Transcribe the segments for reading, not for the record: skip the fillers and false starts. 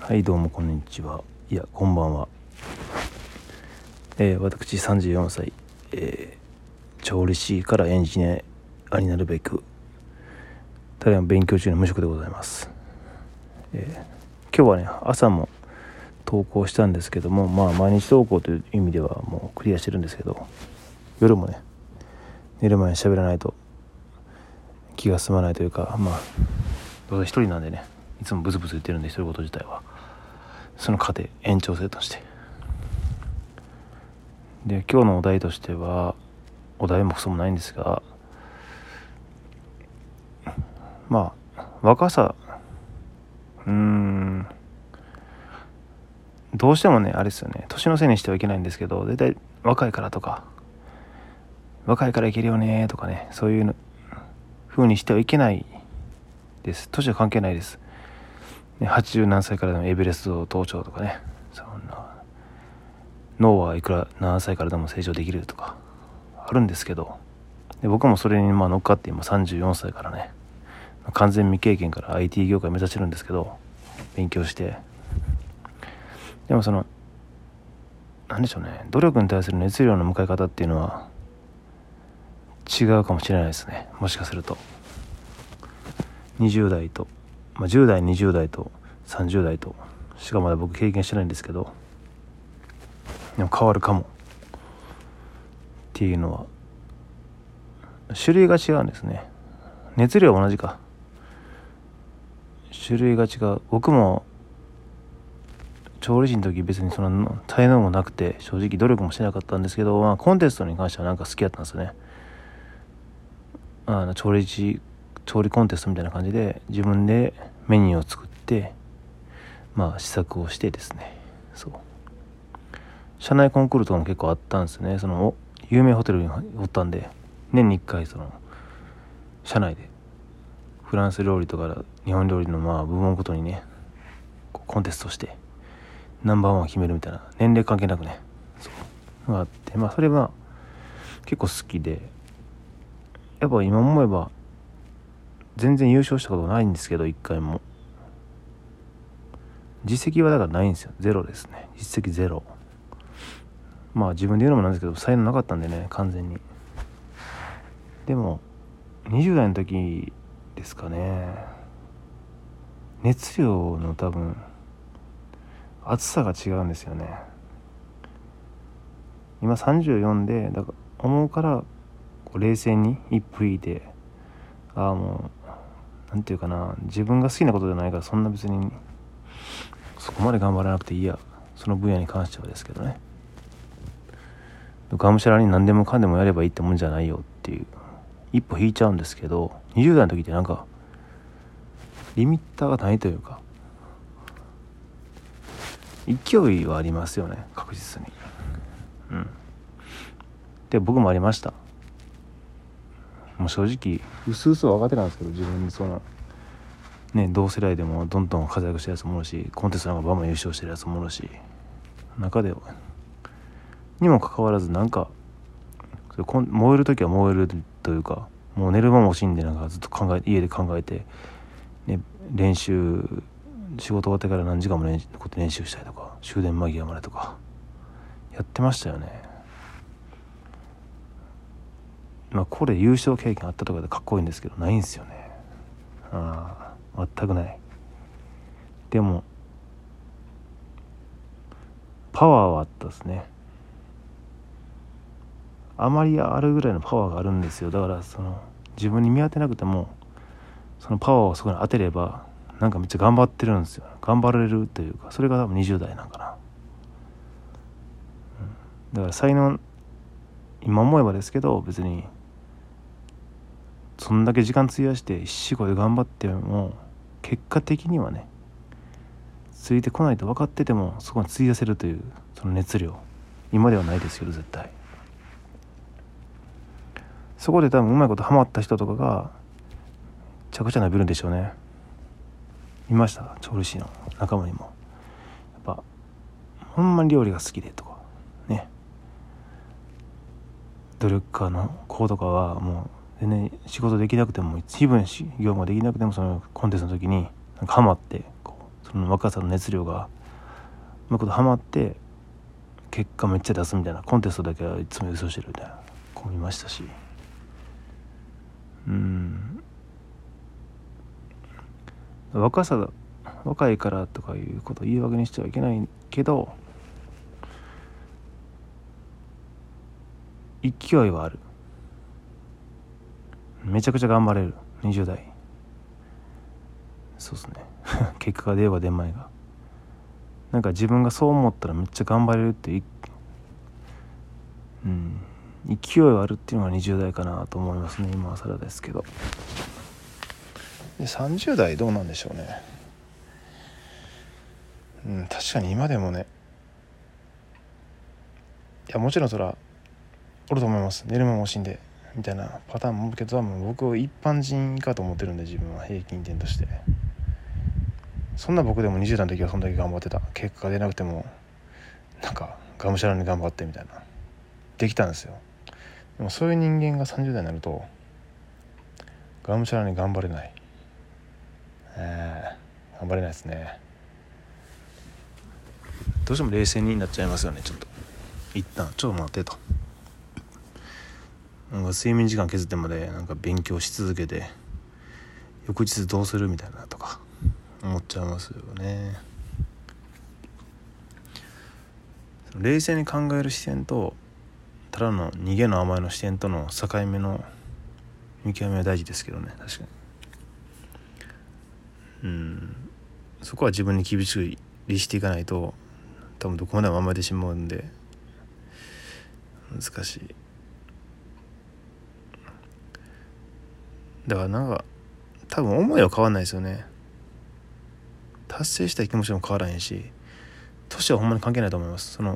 はいどうもこんにちは。いやこんばんは。私34歳、調理師からエンジニアになるべくただいま勉強中の無職でございます。今日はね朝も投稿したんですけども、毎日投稿という意味ではもうクリアしてるんですけど、夜もね寝る前に喋らないと気が済まないというか、どうせ一人なんでね、いつもブツブツ言ってるんで一人言自体はその過程延長線として、で今日のお題としては、お題もクソもないんですが、若さどうしてもねあれですよね、年のせいにしてはいけないんですけど、だいたい若いからとか若いからいけるよねとかね、そういう風にしてはいけないです。年は関係ないです。80何歳からでもエベレスト登頂とかね、そんな脳はいくら何歳からでも成長できるとかあるんですけど、で僕もそれに乗っかって今34歳からね、完全未経験から IT 業界目指してるんですけど、勉強して、でもなんでしょうね、努力に対する熱量の向かい方っていうのは違うかもしれないですね。もしかすると20代と、10代20代と30代としかまだ僕経験してないんですけど、でも変わるかもっていうのは種類が違うんですね。熱量は同じか、種類が違う。僕も調理師の時別にそんな才能もなくて正直努力もしてなかったんですけど、コンテストに関しては好きだったんですよね。調理コンテストみたいな感じで自分でメニューを作って試作をしてですね、そう社内コンクールとかも結構あったんですね。有名ホテルにおったんで、年に1回社内でフランス料理とか日本料理の部門ごとにねコンテストしてナンバーワンを決めるみたいな、年齢関係なくね、そうがあって、それは結構好きで、やっぱ今思えば全然優勝したことないんですけど、一回も実績はだからないんですよ。ゼロですね。実績ゼロ。自分で言うのもなんですけど才能なかったんでね、完全に。でも20代の時ですかね、熱量の多分熱さが違うんですよね。今34でだから思うから冷静に一歩引いて、もうなんていうかな、自分が好きなことじゃないからそんな別にそこまで頑張らなくていいや、その分野に関してはですけどね、がむしゃらに何でもかんでもやればいいってもんじゃないよっていう一歩引いちゃうんですけど、20代の時ってリミッターがないというか勢いはありますよね、確実に。で僕もありました。もう正直薄々は分かってたんですけど、自分に同世代でもどんどん活躍してるやつもおるし、コンテストバンバン優勝してるやつもおるし、中でにもかかわらず燃える時は燃えるというか、もう寝る間も惜しんでずっと家で考えて、練習仕事終わってから何時間も練習したりとか、終電間際までとかやってましたよね。これ優勝経験あったとかでかっこいいんですけど、ないんですよね。全くない。でもパワーはあったですね。あまりあるぐらいのパワーがあるんですよ。だから自分に見当てなくてもそのパワーをそこに当てればめっちゃ頑張ってるんですよ。頑張れるというか、それが多分20代なんかな。だから才能、今思えばですけど、別にそんだけ時間費やして必死こいで頑張っても結果的にはねついてこないと分かってても、そこに費やせるというその熱量、今ではないですけど絶対。そこで多分うまいことハマった人とかがめちゃくちゃ伸びるんでしょうね。いました、調理師の仲間にも。やっぱほんまに料理が好きでとかね、努力家の子とかはもう全然仕事できなくても、一分業務ができなくても、そのコンテストの時にハマってその若さの熱量がうまいことハマって結果めっちゃ出すみたいな、コンテストだけはいつも優勝してるみたいな子もいましたし、若いからとかいうことを言い訳にしてはいけないけど、勢いはある。めちゃくちゃ頑張れる20代。そうですね結果が出ようが出んまいが、なんか自分がそう思ったらめっちゃ頑張れるって勢いはあるっていうのが20代かなと思いますね。今は更ですけど。で30代どうなんでしょうね。確かに今でもね、いやもちろんそらおると思います。寝る間も惜しんでみたいなパターンもあるけど、もう僕は一般人かと思ってるんで、自分は平均点として。そんな僕でも20代の時はそんだけ頑張ってた。結果が出なくてもなんかがむしゃらに頑張ってみたいなできたんですよ。でもそういう人間が30代になるとがむしゃらに頑張れない、頑張れないですね。どうしても冷静になっちゃいますよね。ちょっと一旦ちょっと待ってと、なんか睡眠時間削ってまでなんか勉強し続けて翌日どうするみたいなとか思っちゃいますよね。冷静に考える視点とただの逃げの甘えの視点との境目の見極めは大事ですけどね。確かにそこは自分に厳しく律していかないと多分どこまでも甘えてしまうんで難しい。だからなんか多分思いは変わんないですよね。達成したい気持ちも変わらへんし、年はほんまに関係ないと思います。その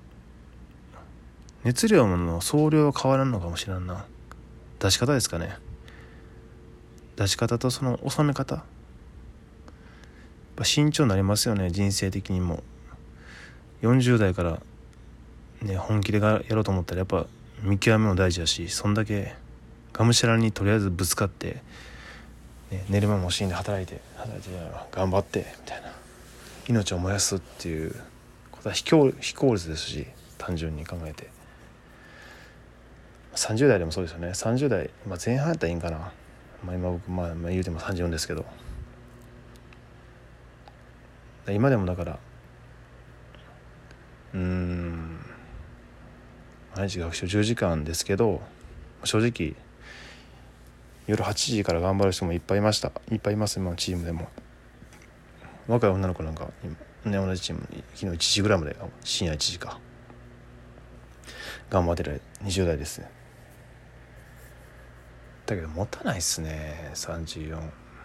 熱量の総量は変わらんのかもしれんな。出し方ですかね。出し方とその収め方、やっぱ慎重になりますよね。人生的にも40代からね本気でやろうと思ったらやっぱ見極めも大事だし、そんだけがむしゃらにとりあえずぶつかって、寝る間も惜しんで働いて頑張ってみたいな、命を燃やすっていうことは非効率ですし、単純に考えて30代でもそうですよね。30代、前半やったらいいんかな。今僕言うても34ですけど、今でもだから毎日学習10時間ですけど、正直夜8時から頑張る人もいっぱいいます。今のチームでも若い女の子なんか、同じチームに昨日1時ぐらいまで、深夜1時か頑張ってる20代ですね。だけど持たないっすね。34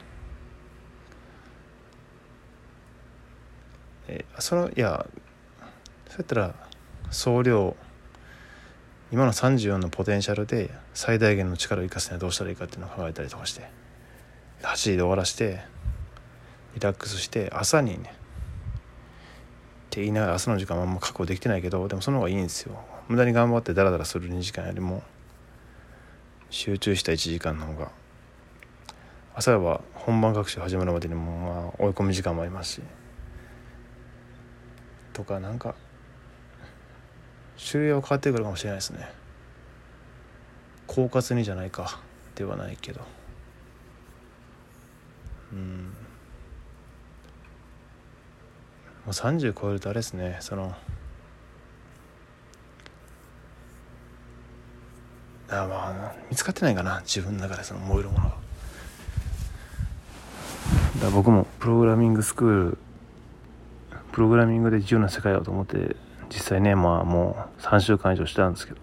そうやったら総量今の34のポテンシャルで最大限の力を生かすにはどうしたらいいかっていうのを考えたりとかして、8時で終わらしてリラックスして朝にねって言いながら、朝の時間はあんま確保できてないけど、でもその方がいいんですよ。無駄に頑張ってダラダラする2時間よりも集中した1時間の方が、朝は本番学習始まるまでにも追い込み時間もありますしとか、なんか種類は変わってくるかもしれないですね。狡猾にじゃないかではないけど、もう30超えるとあれですね、その見つかってないかな、自分の中でその燃えるものが。だから僕もプログラミングで自由な世界だと思って実際ね、もう3週間以上してたんですけど、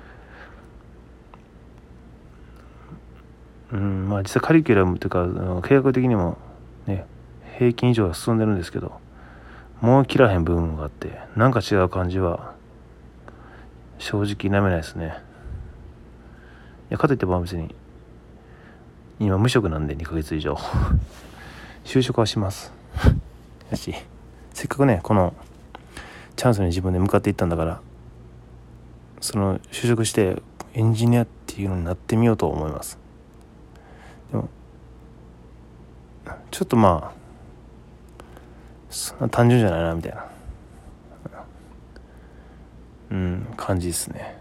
実際カリキュラムというか計画的にもね平均以上は進んでるんですけど、もう切らへん部分があってなんか違う感じは正直否めないですね。いやかといって別に今無職なんで2ヶ月以上就職はしますやし、せっかくねこのチャンスに自分で向かっていったんだから、その就職してエンジニアっていうのになってみようと思います。でもちょっとそんな単純じゃないなみたいな感じですね。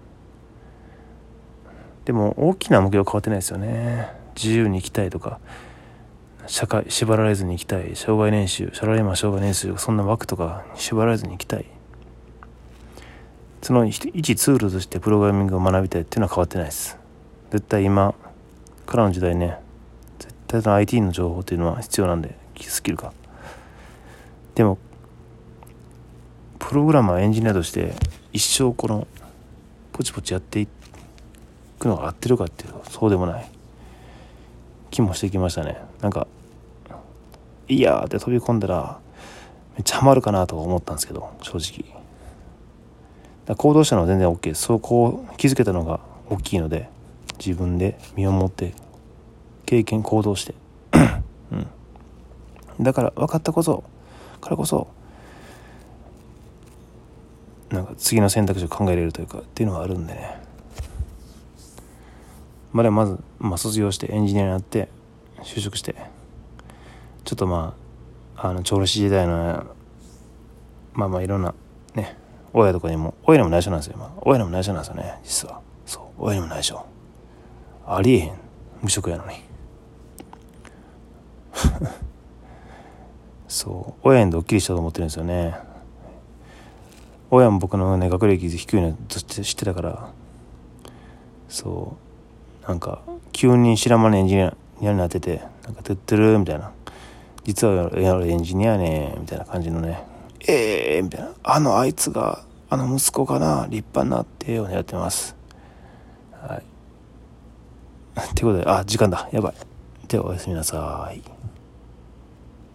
でも大きな目標は変わってないですよね。自由に生きたいとか、社会縛られずに生きたい、障害年収、サラリーマン障害年収、そんな枠とか縛られずに生きたい、その一ツールとしてプログラミングを学びたいっていうのは変わってないです。絶対今からの時代ね、絶対その IT の情報っていうのは必要なんで、スキルか。でもプログラマーエンジニアとして一生このポチポチやっていくのが合ってるかっていうとそうでもない気もしてきましたね。なんかいやーって飛び込んだらめっちゃハマるかなと思ったんですけど、正直行動したのは全然 OK です。そうこう気づけたのが大きいので、自分で身をもって経験行動して、だから分かったからこそなんか次の選択肢を考えれるというかっていうのがあるんでね。まず、卒業してエンジニアになって就職して、ちょっと調理師時代のいろんなね、親にも内緒なんですよ。親にも内緒なんですよね、実は。そう、親にも内緒。ありえへん、無職やのに。そう、親にドッキリしたと思ってるんですよね。親も僕のね、学歴低いのずっと知ってたから、そうなんか急に知らん間にエンジニアになってて、なんかてってるみたいな、実は俺エンジニアねみたいな感じのね、みたいな、あいつが息子かな、立派になってを狙ってます。はいってことで、時間だ、やばい。ではおやすみなさい。